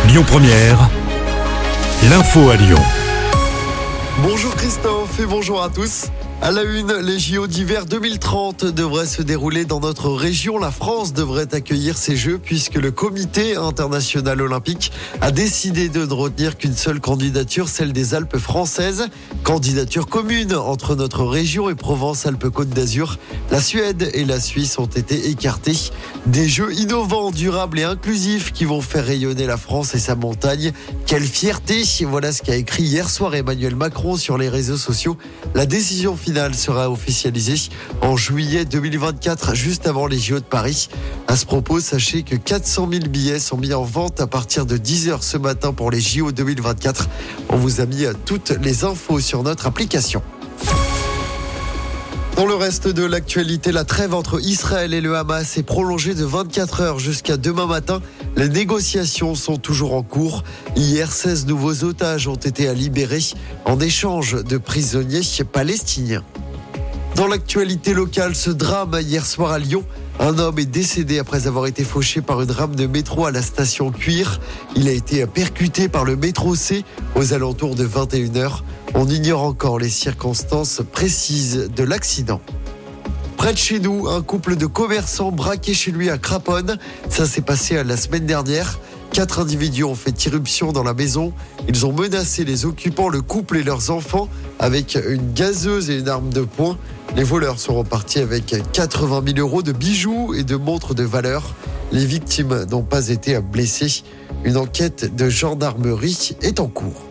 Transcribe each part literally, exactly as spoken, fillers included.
Lyon Première, l'info à Lyon. Bonjour Christophe et bonjour à tous. À la une, les J O d'hiver deux mille trente devraient se dérouler dans notre région. La France devrait accueillir ces Jeux puisque le Comité international olympique a décidé de ne retenir qu'une seule candidature, celle des Alpes françaises. Candidature commune entre notre région et Provence-Alpes-Côte d'Azur. La Suède et la Suisse ont été écartés. Des Jeux innovants, durables et inclusifs qui vont faire rayonner la France et sa montagne. Quelle fierté! Voilà ce qu'a écrit hier soir Emmanuel Macron sur les réseaux sociaux. La décision finale sera officialisée en juillet deux mille vingt-quatre, juste avant les J O de Paris. À ce propos, sachez que quatre cent mille billets sont mis en vente à partir de dix heures ce matin pour les J O deux mille vingt-quatre. On vous a mis toutes les infos sur notre application. Dans le reste de l'actualité, la trêve entre Israël et le Hamas est prolongée de vingt-quatre heures jusqu'à demain matin. Les négociations sont toujours en cours. Hier, seize nouveaux otages ont été libérés en échange de prisonniers palestiniens. Dans l'actualité locale, ce drame hier soir à Lyon. Un homme est décédé après avoir été fauché par une rame de métro à la station Cuire. Il a été percuté par le métro C aux alentours de vingt et une heures. On ignore encore les circonstances précises de l'accident. Près de chez nous, un couple de commerçants braqué chez lui à Craponne. Ça s'est passé la semaine dernière. Quatre individus ont fait irruption dans la maison. Ils ont menacé les occupants, le couple et leurs enfants avec une gazeuse et une arme de poing. Les voleurs sont repartis avec quatre-vingt mille euros de bijoux et de montres de valeur. Les victimes n'ont pas été blessées. Une enquête de gendarmerie est en cours.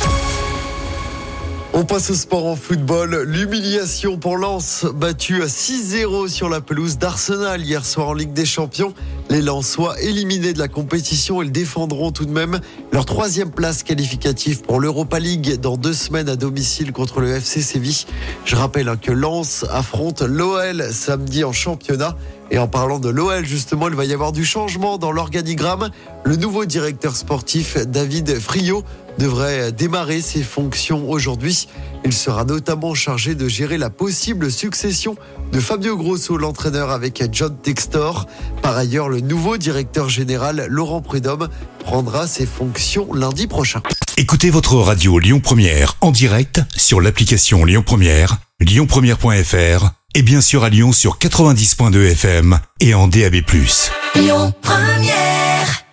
On passe au sport en football. L'humiliation pour Lens, battu à six zéro sur la pelouse d'Arsenal hier soir en Ligue des Champions. Les Lensois éliminés de la compétition, ils défendront tout de même leur troisième place qualificative pour l'Europa League dans deux semaines à domicile contre le F C Séville. Je rappelle que Lens affronte l'O L samedi en championnat. Et en parlant de l'O L, justement, il va y avoir du changement dans l'organigramme. Le nouveau directeur sportif, David Friot, devrait démarrer ses fonctions aujourd'hui. Il sera notamment chargé de gérer la possible succession de Fabio Grosso, l'entraîneur, avec John Textor. Par ailleurs, le nouveau directeur général, Laurent Prudhomme, prendra ses fonctions lundi prochain. Écoutez votre radio Lyon Première en direct sur l'application Lyon Première, lyon première point f r et bien sûr à Lyon sur quatre-vingt-dix virgule deux F M et en D A B plus. Lyon Première.